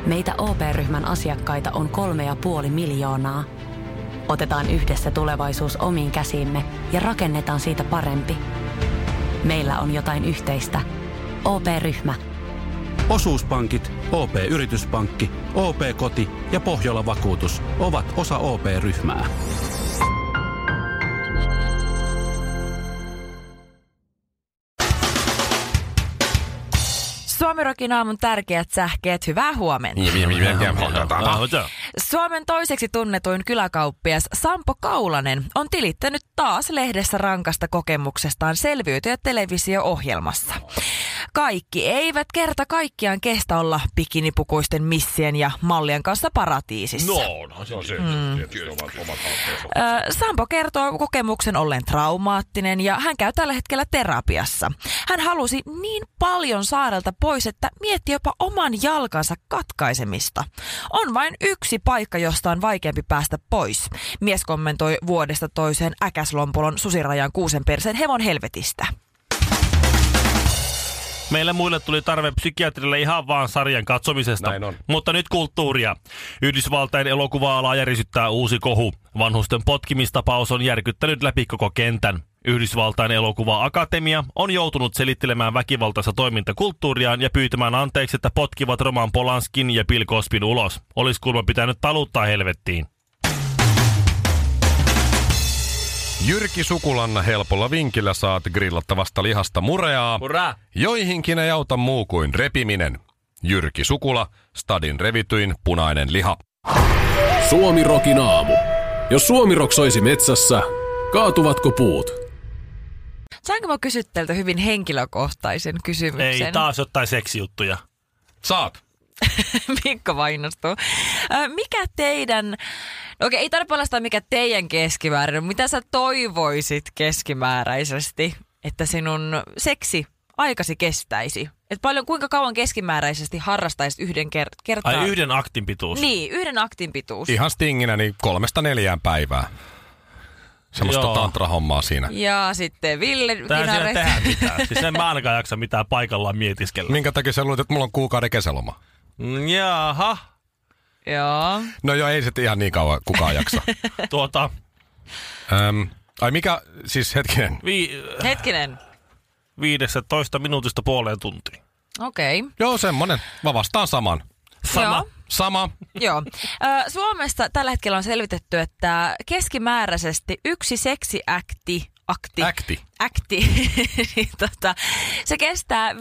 Meitä OP-ryhmän asiakkaita on 3,5 miljoonaa. Otetaan yhdessä tulevaisuus omiin käsiimme ja rakennetaan siitä parempi. Meillä on jotain yhteistä. OP-ryhmä. Osuuspankit, OP-yrityspankki, OP-koti ja Pohjola-vakuutus ovat osa OP-ryhmää. Suomirokin aamun tärkeät sähkeet, hyvää huomenta. Suomen toiseksi tunnetuin kyläkauppias Sampo Kaulanen on tilittänyt taas lehdessä rankasta kokemuksestaan selviytyä televisio-ohjelmassa. Kaikki eivät kerta kaikkiaan kestä olla bikinipukuisten missien ja mallien kanssa paratiisissa. Sampo kertoo kokemuksen olleen traumaattinen ja hän käy tällä hetkellä terapiassa. Hän halusi niin paljon saarelta pois, että mietti jopa oman jalkansa katkaisemista. On vain yksi paikka, josta on vaikeampi päästä pois. Mies kommentoi vuodesta toiseen Äkäslompolon Susirajan Kuusenperseen hevon helvetistä. Meille muille tuli tarve psykiatrille ihan vaan sarjan katsomisesta, mutta nyt kulttuuria. Yhdysvaltain elokuva-alaa järisyttää uusi kohu. Vanhusten potkimistapaus on järkyttänyt läpi koko kentän. Yhdysvaltain elokuva-akatemia on joutunut selittelemään väkivaltaista toimintakulttuuriaan ja pyytämään anteeksi, että potkivat Roman Polanskin ja Bill Cosbyn ulos. Olisi kuulemma pitänyt taluttaa helvettiin. Jyrki Sukulanna helpolla vinkillä saat grillattavasta lihasta mureaa. Hurraa! Joihinkin ei auta muu kuin repiminen. Jyrki Sukula, stadin revityin punainen liha. Suomirokin aamu. Jos Suomirok soisi metsässä, kaatuvatko puut? Saanko mä kysyä teiltä hyvin henkilökohtaisen kysymyksen? Ei, taas jotain seksijuttuja. Saat. Mikko vainostuu. Mikä teidän... Okei, ei tarvitse paljastaa mikä teidän keskimääräinen. Mitä sä toivoisit keskimääräisesti, että sinun seksi aikasi kestäisi? Et kuinka kauan keskimääräisesti harrastaisit yhden kertaa? Ai yhden aktin pituus? Niin, yhden aktin pituus. Ihan stinginä niin 3-4 päivää. Semmoista tantrahommaa siinä. Ja sitten Ville Tähän siinä tehdään mitään. Siis en mä ainakaan jaksa mitään paikallaan mietiskellä. Minkä takia sä luulet, että mulla on kuukauden kesäloma? Jaha. Joo. No joo, ei se ihan niin kauan kukaan jaksa. Ai mikä, siis hetkinen. Hetkinen. 15 minuutista puoleen tuntiin. Okei. Okay. Joo, semmonen. Mä vastaan saman. Sama. Joo. Suomessa tällä hetkellä on selvitetty, että keskimääräisesti yksi seksiakti, niin se kestää 5,4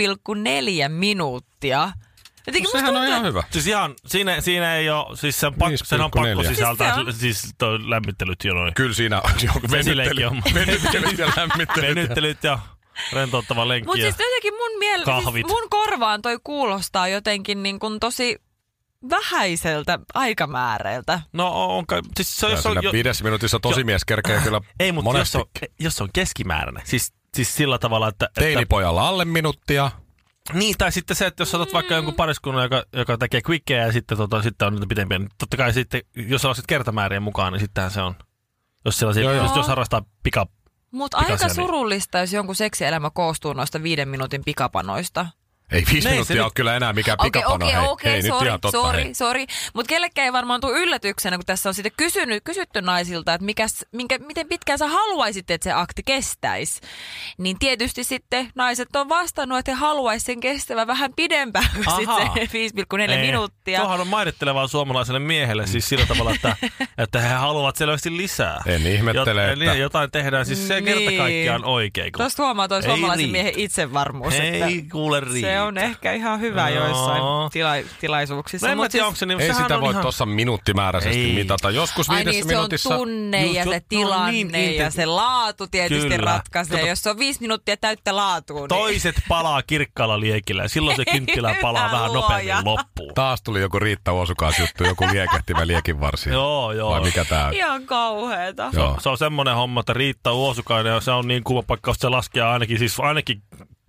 minuuttia. Sehän on ihan hyvä. Siis ihan, siinä ei ole, siis sen on pakko sisältää, siis toi lämmittelyt jo noin. Kyllä siinä on venyttelyt ja lämmittelyt. Venyttelyt ja rentouttava lenkki. Mutta siis jotenkin mun korvaan toi kuulostaa jotenkin niin kuin tosi vähäiseltä aikamääreiltä. No onka, siis se on 5 minuutissa tosi mies kerkee kyllä ei, mutta jos se on keskimääräinen, siis sillä tavalla, että... Teinipojalla alle minuuttia. Niin, tai sitten se, että jos otat vaikka jonkun pariskunnan, joka tekee quickeja ja sitten on niitä pitempiä, niin totta kai sitten, jos olisit kertamäärien mukaan, niin sittenhän se on, jos harrastaa Mutta aika surullista, jos jonkun seksielämä koostuu noista 5 minuutin pikapanoista. Ei 5 minuuttia ole kyllä enää mikään pikapano. Okei, sori. Mutta kellekään ei varmaan tule yllätyksenä, kun tässä on sitten kysytty naisilta, että miten pitkään sä haluaisit, että se akti kestäisi. Niin tietysti sitten naiset on vastannut, että he haluaisivat sen kestävän vähän pidempään kuin sitten se 5,4 minuuttia. Tuohan on mairittelevaa suomalaiselle miehelle siis sillä tavalla, että he haluavat selvästi lisää. En ihmettele, että... Jotain tehdään, siis se kerta kaikkiaan oikein. Tuosta huomaa toi suomalaisen miehen itsevarmuus. Ei kuule riitä. Se on ehkä ihan hyvä joissain tilaisuuksissa. Ei sitä voi tuossa minuuttimääräisesti mitata. Joskus 5 minuutissa... Se on tunne ja se tilanne ja se laatu tietysti ratkaisee. Jos se on 5 minuuttia täyttä laatua. Niin... Toiset palaa kirkkaalla liekillä ja silloin se kynttilä palaa vähän nopeammin loppuun. Taas tuli joku Riitta Uosukas juttu, joku liekehtivä liekinvarsi. Joo. Vai mikä tää? Ihan kauheeta. Se on semmoinen homma, että Riitta Uosukainen ja se on niin kuva paikka, että se laskee ainakin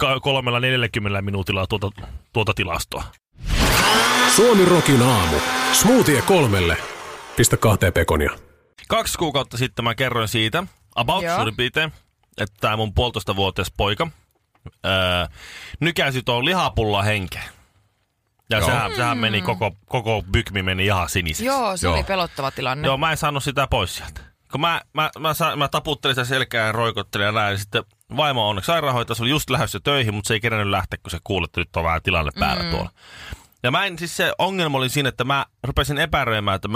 3-40 minuutilla tuota tilastoa. Suomirokin aamu. Smoothie 3. Pistä 2 pekonia. 2 kuukautta sitten mä kerroin siitä, suurin piirtein, että tää mun 1,5-vuotias poika nykäisi tuon lihapulla henkeä. Ja sehän meni, koko bykmi meni ihan sinisen. Joo, se oli pelottava tilanne. Joo, mä en saanut sitä pois sieltä. Kun mä taputtelin sitä selkää ja roikottelin ja näin, sitten vaimo on onneksi sairaanhoitaja, se oli just lähdössä töihin, mutta se ei kerännyt lähteä, kun se kuuli, että nyt on vähän tilanne päällä tuolla. Ja se ongelma oli siinä, että mä rupesin epäröimään, että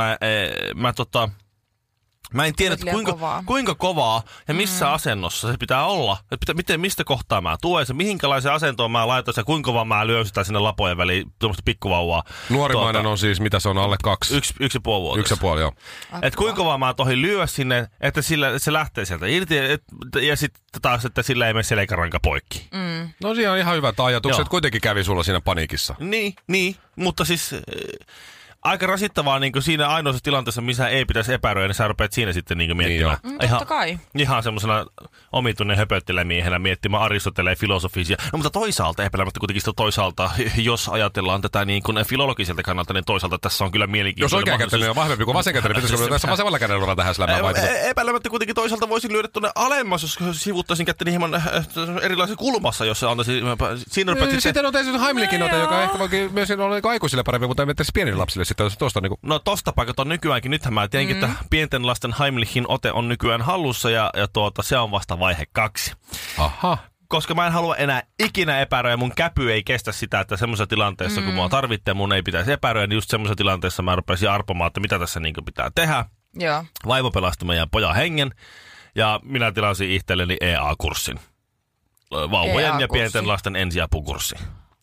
mä en tiedä, että kuinka kovaa ja missä asennossa se pitää olla. Että mistä kohtaa mä tuen se, mihinkälaisen asentoon mä laitan ja kuinka kovaa mä lyön sitä sinne lapojen väliin, tuommoista pikkuvauvaa. Nuorimainen on siis, mitä se on, alle 2? 1,5-vuotias. 1,5, joo. Että kuinka kovaa mä tohin lyö sinne, että se lähtee sieltä irti ja sitten taas, että sillä ei mene selkäranka poikki. No siinä on ihan hyvät ajatukset, kuitenkin kävi sulla siinä paniikissa. Niin, mutta siis... Aika rasittavaa niin siinä ainoassa tilanteessa, missä ei pitäisi epäröidä, niin sä rupeat siinä sitten niin miettimään. Totta kai. Ihan semmoisena omituinen höpöttelemiehenä miettimään Aristoteleen filosofisia. No mutta toisaalta, epäilemättä kuitenkin toisaalta, jos ajatellaan tätä niin kuin filologiselta kannalta, niin toisaalta tässä on kyllä mielenkiintoinen. Jos oikeakätinen on vahvempi kuin vasenkätinen, pitäisikö tässä vasemmalla kädellä ruveta tähän slämään vai? Epäilemättä kuitenkin toisalta voisin lyödä tuonne alemmas, jos sivuttaisin kättäni hieman erilaisessa kulmassa, jos se antaisi... Sitten on tietysti Heimlichin-ote, joka ehkä voikin myös olla aikuisille parempi, mutta ei pienille lapsille. No tosta paikat on nykyäänkin. Nythän mä tiedänkin, että pienten lasten Heimlichin ote on nykyään hallussa ja se on vasta vaihe 2. Aha. Koska mä en halua enää ikinä epäröidä, mun käpy ei kestä sitä, että semmoisessa tilanteessa, kun mua tarvitsee, mun ei pitäisi epäröidä, niin just semmoisessa tilanteessa mä rupesin arpomaan, että mitä tässä niin pitää tehdä. Joo. Vaimo pelasti meidän pojan hengen ja minä tilasin itselleni EA-kurssin. Vauvojen ja pienten lasten ensiapukurssi.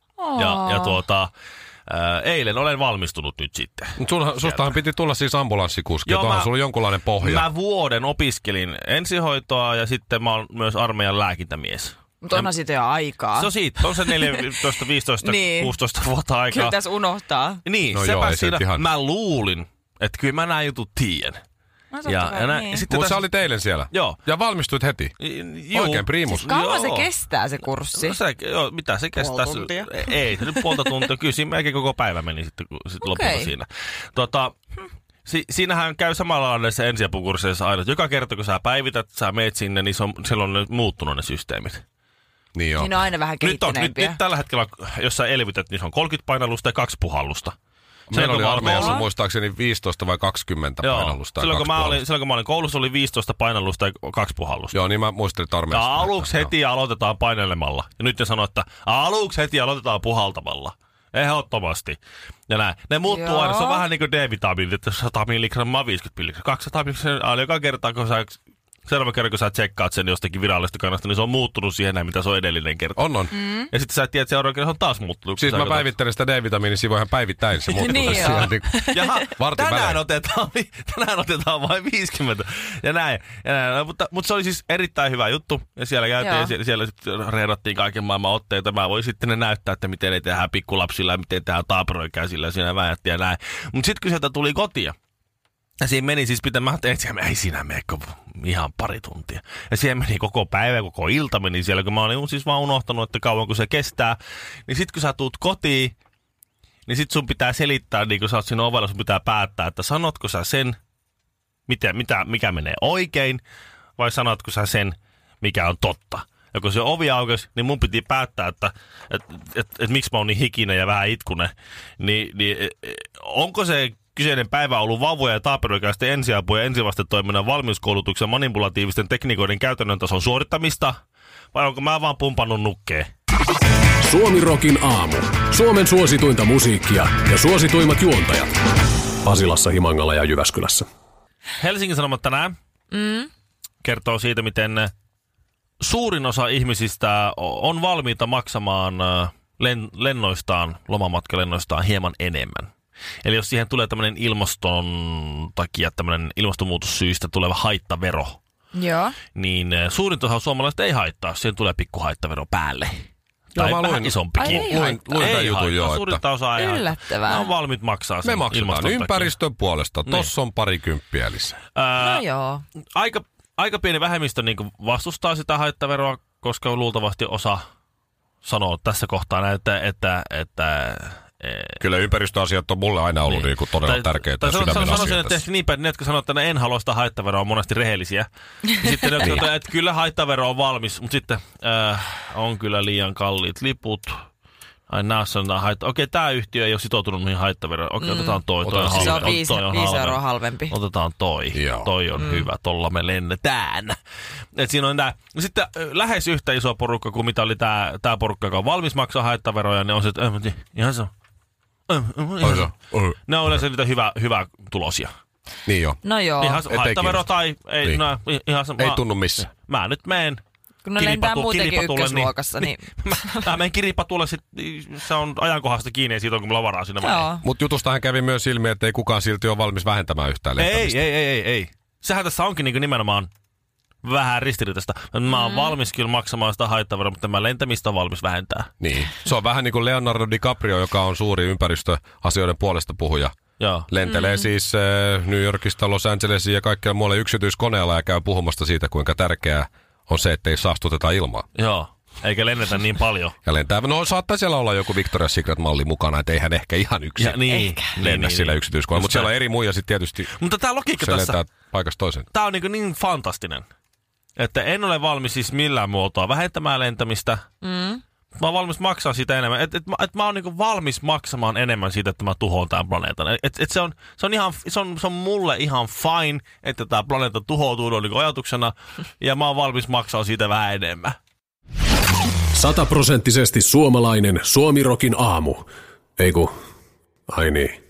Eilen olen valmistunut nyt sitten. Sustahan piti tulla siis ambulanssikuski, että onhan sulla jonkunlainen pohja. Mä vuoden opiskelin ensihoitoa ja sitten mä oon myös armeijan lääkintämies. Mutta onhan siitä jo aikaa. Se on siitä, on se 14, 15, niin. 16 vuotta aikaa. Kyllä tässä unohtaa. Niin, no sepä siinä ihan... mä luulin, että kyllä mä nämä jutut tiedän. No, mutta sä olit eilen siellä? Joo. Ja valmistuit heti? Oikein priimus. Kauan se kestää se kurssi? No mitä se kestää? Puolta tuntia? Ei, se nyt puolta tuntia. Kyllä siinä melkein koko päivä meni sitten lopulta siinä. Siinähän käy samalla näissä ensiapukursseissa aina, että joka kerta kun sä päivität, sä meet sinne, niin siellä on muuttunut ne systeemit. Niin joo. Siinä on aina vähän kehittyneempiä. Nyt tällä hetkellä, jos sä elvytät, niin se on 30 painallusta ja 2 puhallusta. Meillä oli armeijassa muistaakseni 15 vai 20 painallusta. Silloin kun mä olin koulussa, oli 15 painallusta ja 2 puhallusta. Joo, niin mä muistelin, että armeijassa. Ja aluksi heti aloitetaan painelemalla. Ja nyt ne sanoo, että aluksi heti aloitetaan puhaltamalla. Ehdottomasti. Ja näin. Ne muuttuu aina. Se on vähän niin kuin D-vitamiinit, että 100 milligrammaa, 50 milligrammaa. 200 milligrammaa. Joka kerta, kun sä... Seuraava kerran, kun sä tsekkaat sen jostakin virallisesta kannasta, niin se on muuttunut siihen, mitä se on edellinen kerta. On. Ja sitten sä tiedät, että seuraava kerran se on taas muuttunut. Siis mä päivittelen sitä D-vitamiinisivuja ihan päivittäin. Se muuttuu niin siellä. Jaha, tänään otetaan vain 50. Ja näin. Mutta se oli siis erittäin hyvä juttu. Ja siellä käytiin ja siellä reenattiin kaiken maailman otteita. Mä voin sitten ne näyttää, että miten ne tehdään pikkulapsilla ja miten tehdään taaperoikäisillä ja siinä väjättiin ja näin. Mutta sitten kun sieltä tuli kotia, ja siinä meni siis mä ajattelin, että ei siinä mene ihan pari tuntia. Ja siihen meni koko päivä, koko ilta meni siellä, kun mä olin siis vaan unohtanut, että kauan kun se kestää. Niin sit kun sä tuut kotiin, niin sit sun pitää selittää, niin kun sä oot siinä ovella, sun pitää päättää, että sanotko sä sen, mikä menee oikein, vai sanotko sä sen, mikä on totta. Ja kun se ovi aukesi, niin mun piti päättää, että miksi mä oon niin hikinen ja vähän itkunen. Niin onko se kyseinen päivä ollut vauvoja ja taaperoikäisten ensiapu- ja ensivastetoiminnan valmiuskoulutuksen manipulatiivisten tekniikoiden käytännön tason suorittamista? Vai onko mä vaan pumpannut nukkeen? Suomi Rokin aamu. Suomen suosituinta musiikkia ja suosituimmat juontajat. Pasilassa, Himangalla ja Jyväskylässä. Helsingin Sanomat tänään kertoo siitä, miten suurin osa ihmisistä on valmiita maksamaan lomamatkalennoistaan hieman enemmän. Eli jos siihen tulee tämmöinen ilmaston takia, tämmöinen ilmastonmuutossyistä tuleva haittavero, niin suurin osa suomalaiset ei haittaa, siihen tulee pikku haittavero päälle. Tai vähän isompikin. Luin tämän jutun jo. Suurinta osaa ei yllättävää. Ne on valmiit maksaa sen. Me maksetaan ympäristön puolesta. Tossa on parikymppiä lisää. No joo. Aika pieni vähemmistö niin vastustaa sitä haittaveroa, koska luultavasti osa sanoo tässä kohtaa että kyllä ympäristöasiat on mulle aina ollut niin todella tärkeitä ja sydämen asioita. Sanoisin, että ehkä niinpä, ne, jotka sanoo, että en halua sitä haittaveroa, on monesti rehellisiä. Sitten ne, jotka että kyllä haittavero on valmis, mutta sitten on kyllä liian kalliit liput. Ai näissä on okei, tää yhtiö ei ole sitoutunut mihin haittaveroon. Okei, otetaan toi. Se on 5 euroa halvempi. Otetaan toi. Joo. Toi on hyvä, tolla me lennetään. Et siinä on tää. Sitten lähes yhtä iso porukka kuin mitä oli tää porukka, joka on valmis maksaa haittaveroja, niin on se, että ihan se on. Ne on yleensä niitä hyvä tulosia. Niin jo. No joo. Ihan haittavero tai ei, niin. Ihan ei tunnu missään. Mä nyt menen. Kun ne lentää muutenkin ykkösluokassa, niin... Mä menen Kiripatulle, se on ajankohdasta kiinni ja siitä on, kun mulla varaa siinä väliin. Mutta jutustahan kävi myös ilmi, että ei kukaan silti ole valmis vähentämään yhtään lentämistä. Ei. Sehän tässä onkin niin nimenomaan vähän ristiriitaista. Mä oon valmis kyllä maksamaan sitä haittaveroa, mutta mä lentämistä on valmis vähentää. Niin. Se on vähän niin kuin Leonardo DiCaprio, joka on suuri ympäristöasioiden puolesta puhuja. Joo. Lentelee siis New Yorkista Los Angelesiin ja kaikkea muualle yksityiskoneella ja käy puhumasta siitä, kuinka tärkeää on se, ettei saastuteta ilmaa. Joo, eikä lennetä niin paljon. Ja lentää, saattaa siellä olla joku Victoria's Secret-malli mukana, että eihän ehkä ihan yksin lennä sillä yksityiskoneella. Mutta siellä on eri muija sitten tietysti. Mutta tämä logiikka se tässä, lentää paikasta toiseen. Tämä on niin fantastinen, että en ole valmis siis millään muotoa vähentämään lentämistä. Mä oon valmis maksamaan siitä enemmän. Et mä oon niinku valmis maksamaan enemmän siitä, että mä tuhoan tämän planeetan. Se on mulle ihan fine, että tämä planeetta tuhoutuu niinku ajatuksena, ja mä oon valmis maksamaan siitä vähän enemmän. 100% suomalainen Suomi-rokin aamu. Ai niin.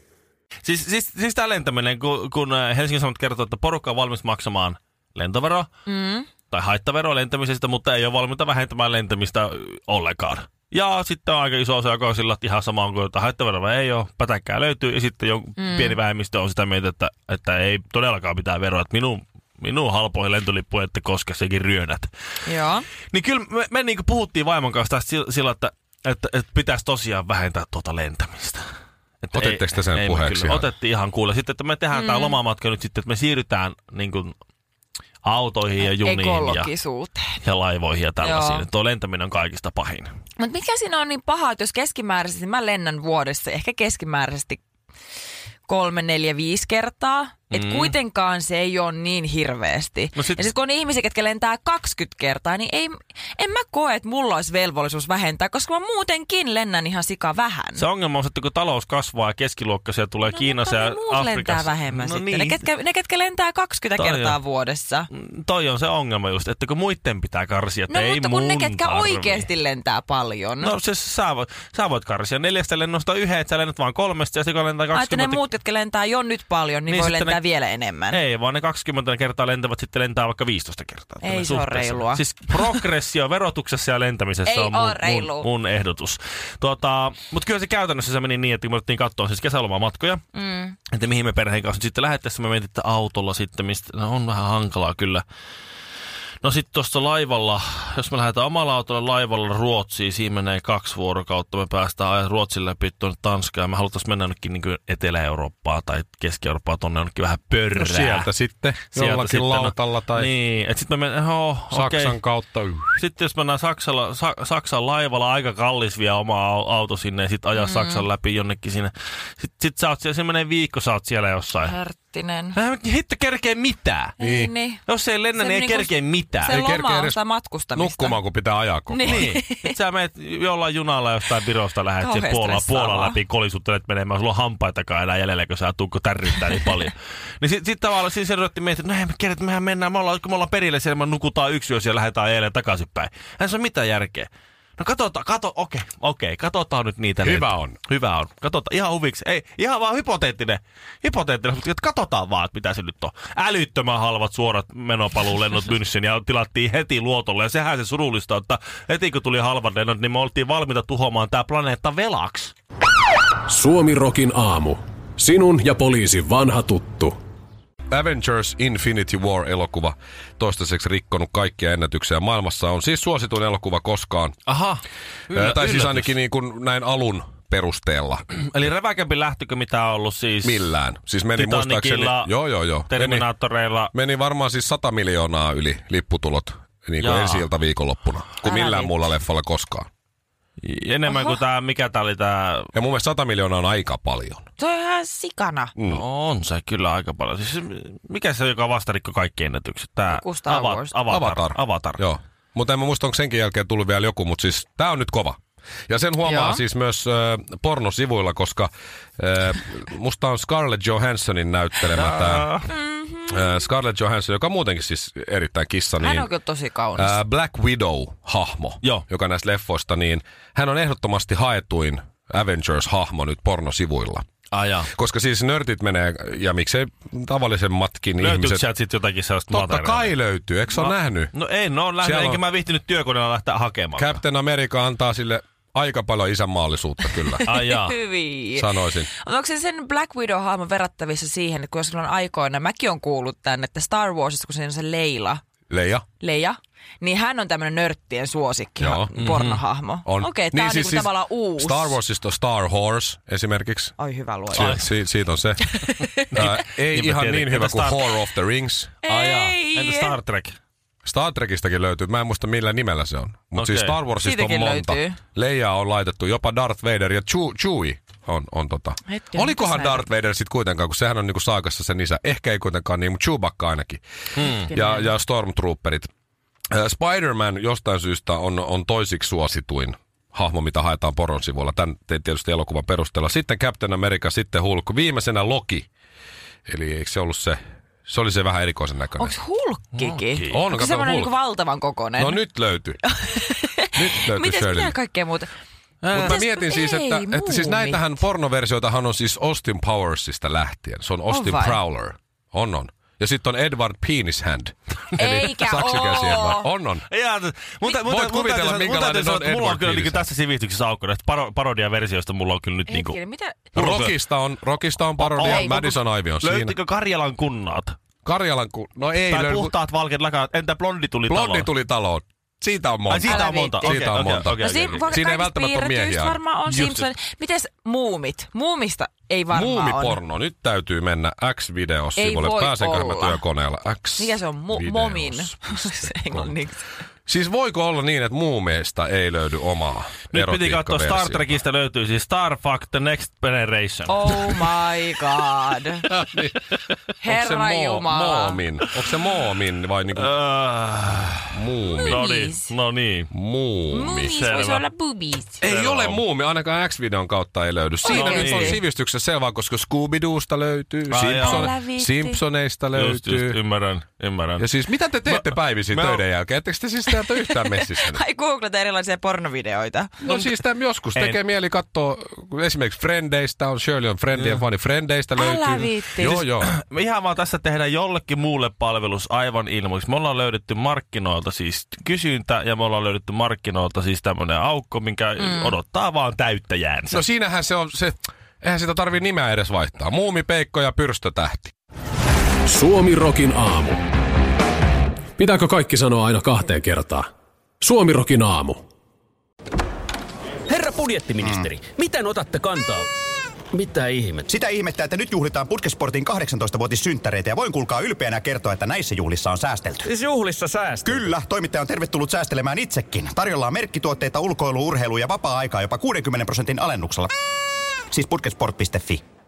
Siis tää lentäminen, kun Helsingin Sanomat kertoo, että porukka on valmis maksamaan lentoveroa, tai haittaveroa lentämisestä, mutta ei ole valmiita vähentämään lentämistä ollenkaan. Ja sitten on aika iso osa, joka on sillä, että ihan sama on kuin haittaveroa ei ole, pätäkkää löytyy, ja sitten pieni vähemmistö on sitä mieltä, että ei todellakaan mitään veroa, että minun halpoihin lentolippuja, että koska sekin ryönät. Joo. Niin kyllä me niin kuin puhuttiin vaimon kanssa tästä sillä, että pitäisi tosiaan vähentää tuota lentämistä. Otetteko te sen puheeksi? Otettiin ihan kuule. Sitten, että me tehdään tämä lomamatka nyt sitten, että me siirrytään niin kuin autoihin ja juniin ja laivoihin ja tällaisiin. Tuo lentäminen on kaikista pahin. Mutta mikä siinä on niin paha, että jos keskimääräisesti mä lennän vuodessa, ehkä keskimääräisesti 3, 4, 5 kertaa, että kuitenkaan se ei ole niin hirveästi. No ja sitten kun on ihmisiä, jotka lentää 20 kertaa, niin en mä koe, että mulla olisi velvollisuus vähentää, koska mä muutenkin lennän ihan sika vähän. Se ongelma on, että kun talous kasvaa ja keskiluokkaisia tulee Kiinassa ja Afrikassa. Lentää vähemmän sitten. Niin. Ne, ketkä lentää 20 kertaa vuodessa. Toi on se ongelma just, että kun muiden pitää karsia, että ei mutta kun ne, ketkä oikeasti lentää paljon. No siis sä voit karsia 4 lennosta 1, että sä lennät vaan 3 ja se kun lentää 20. Ne muut, jotka lentää jo nyt paljon, niin voi lentää vielä enemmän. Ei, vaan ne 20 kertaa lentävät, sitten lentää vaikka 15 kertaa. Ei se ole reilua. Siis progressio verotuksessa ja lentämisessä on mun ehdotus. Mutta kyllä se käytännössä se meni niin, että kun me otettiin katsoa siis kesälomamatkoja, että mihin me perheen kanssa sitten lähettäessä me mietin, että autolla sitten, mistä on vähän hankalaa kyllä. No sitten tuossa laivalla, jos me lähdetään omalla autolla laivalla Ruotsiin, siinä menee 2 vuorokautta, me päästään Ruotsin läpi tuonne Tanskaan, ja me haluttaisiin mennä jonnekin niin Etelä-Eurooppaan tai Keski-Eurooppaan tuonne jonnekin vähän pörrää. No sieltä sitten, jollakin lautalla tai niin, että sitten me mennään, Saksan kautta. Sitten jos mennään Saksan laivalla, aika kallis vie oma auto sinne, ja sitten ajaa Saksan läpi jonnekin sinne. Sitten sä oot siellä, se menee viikko, sä oot siellä jossain. Hitto kerkee mitään. Niin. Jos ei lennä, niin ei kerkee mitään. Se ei loma on sitä matkustamista. Nukkumaan, kun pitää ajaa koko ajan. Niin. Sä menet jollain junalla jostain Virosta lähdet sen Puolan läpi, kolisuttelet menemään. Sulla on hampaitakaan enää jäljellä, kun sä tuukko tärryttää niin paljon. Niin sit tavallaan siinä se ruvettiin miettimään, että mehän mennään, kun me ollaan perille siellä, me nukutaan yksi yössä ja lähdetään ajelemaan takaisinpäin. Eihän se ole mitään järkeä. No katsotaan nyt niitä. Hyvä on. Katsotaan ihan huviksi. Ei, ihan vaan hypoteettinen, mutta katsotaan vaan, että mitä se nyt on. Älyttömän halvat suorat menopaluulennot München ja tilattiin heti luotolle. Ja sehän se surullista, että heti kun tuli halvat lennot, niin me oltiin valmiita tuhoamaan tää planeetta velaksi. Suomi-rokin aamu. Sinun ja poliisin vanha tuttu. Avengers Infinity War-elokuva toistaiseksi rikkonut kaikkia ennätyksiä. Maailmassa on siis suosituin elokuva koskaan. Aha. Tai siis ainakin niin kuin näin alun perusteella. Eli räväkämpi lähtökö mitä on ollut siis? Millään. Siis meni muistaakseni. Joo. Terminaattoreilla. Meni varmaan siis 100 miljoonaa yli lipputulot niin kuin ensi-ilta viikonloppuna. Kuin millään muulla leffalla koskaan. Enemmän kuin tää, mikä tää oli tää... Ja mun mielestä 100 miljoonaa on aika paljon. Se on ihan sikana. No, on se kyllä aika paljon. Siis, mikä se, joka vastarikko kaikki ennätykset? Tää Star Wars. Avatar. Joo. Mutta en mä muista, onko senkin jälkeen tullut vielä joku, mutta siis tää on nyt kova. Ja sen huomaa siis myös pornosivuilla, koska musta on Scarlett Johanssonin näyttelemä tämä Scarlett Johansson, joka on muutenkin siis erittäin kissa. Hän on kyllä tosi kaunis. Black Widow-hahmo, joka näistä leffoista, niin hän on ehdottomasti haetuin Avengers-hahmo nyt pornosivuilla. Koska siis nörtit menee, ja miksei tavallisemmatkin ihmiset... Löytyykö sieltä sitten jotakin sellaista materiaalia? Totta kai löytyy, eikö sä ole nähnyt? No ei, enkä mä viihtynyt työkoneella lähteä hakemaan. Captain America antaa sille aika paljon isänmaallisuutta kyllä. Hyvin. Sanoisin. Onko se sen Black Widow-hahmo verrattavissa siihen, että kun silloin aikoina, mäkin on kuullut tämän, että Star Warsista, kun se on se Leia, niin hän on tämmöinen nörttien suosikki pornohahmo. Okei, tää on siis tavallaan uusi. Star Warsista on Star Horse esimerkiksi. Ai hyvä luoja. Siitä on se. Ei ihan niin hyvä kuin Horror of the Rings. Entä Star Trek? Star Trekistäkin löytyy. Mä en muista millä nimellä se on. Mutta siis Star Warsista siitäkin on monta. Löytyy. Leia on laitettu, jopa Darth Vader ja Chewie on Olikohan Darth Vader sitten kuitenkaan, kun sehän on niinku saakassa sen isä. Ehkä ei kuitenkaan niin, mutta Chewbacca ainakin. Ja Stormtrooperit. Spider-Man jostain syystä on toisiksi suosituin hahmo, mitä haetaan poron sivuilla. Tän tietysti elokuvan perusteella. Sitten Captain America, sitten Hulk. Viimeisenä Loki. Eli eikö se ollut se... Se oli se vähän erikoisen näköinen. Onko Hulkkikin? On, onko semmoinen niinku valtavan kokoinen? No nyt löytyy. Mites mitä kaikkea muuta? Mutta mä mietin siis, että siis näitähän pornoversioitahan on siis Austin Powersista lähtien. Se on Austin Prowler. On. Ja sitten on Edward Penishand. Eikä oo. On. Voit kuvitella, minkälainen on Edward mulla on kyllä niinku tässä sivistyksessä aukko näistä parodiaversioista mulla on kyllä nyt niinku... Rockista on parodia, Madison Ivy on siinä. Löytikö Karjalan kunnat? No ei tai löydy. Puhtaat valkeat lakanat. Entä Blondi tuli taloon? Blondi tuli taloon. Siitä on monta. Siitä on monta. Siinä ei välttämättä ole miehiä. Varmaan on Simpson. Mites muumit? Muumista ei varmaan Muumiporno. Nyt täytyy mennä X-videos-sivulle. Pääsenkö mä työkoneella? Mikä se on? Momin. Englanniksi. Siis voiko olla niin, että muumeista ei löydy omaa nyt piti katsoa Star Trekista löytyy siis Starfuck The Next Generation. Oh my god. Herra Jumala. Onko se Moomin vai niinku... Muumi. No niin. Muumi. Muumis voisi olla boobies. Ei ole muumi, ainakaan X-videon kautta ei löydy. Siinä nyt on sivistyksessä selvää, koska Scooby-Doosta löytyy, Simpsoneista löytyy. Just, ymmärrän. Ja siis mitä te teette päivisin töiden jälkeen? Ettekö te siis täältä yhtään messissä? Ai googlata erilaisia pornovideoita. No siis joskus tekee mieli katsoa, esimerkiksi Frendeistä on, Shirley on Friendien fani, Frendeistä löytyy. Älä viitti. Joo. Me ihan vaan tässä tehdään jollekin muulle palvelus aivan ilmoiksi. Me ollaan löydetty markkinoilta siis kysyntä ja me ollaan löydetty markkinoilta siis tämmönen aukko, minkä odottaa vaan täyttäjäänsä. No siinähän se on se, eihän sitä tarvii nimeä edes vaihtaa. Muumipeikko ja pyrstötähti. Suomi Rokin aamu. Pitääkö kaikki sanoa aina 2 kertaa? Suomi Rokin aamu. Herra budjettiministeri, miten otatte kantaa? Mitä ihmettä? Sitä ihmettä, että nyt juhlitaan Putkesportin 18-vuotissynttäreitä ja voin kuulkaa ylpeänä kertoa, että näissä juhlissa on säästelty. Siis juhlissa säästelty? Kyllä, toimittaja on tervetullut säästelemään itsekin. Tarjolla on merkkituotteita, ulkoilu, urheilu ja vapaa-aikaa jopa 60% alennuksella. Siis putkesport.fi.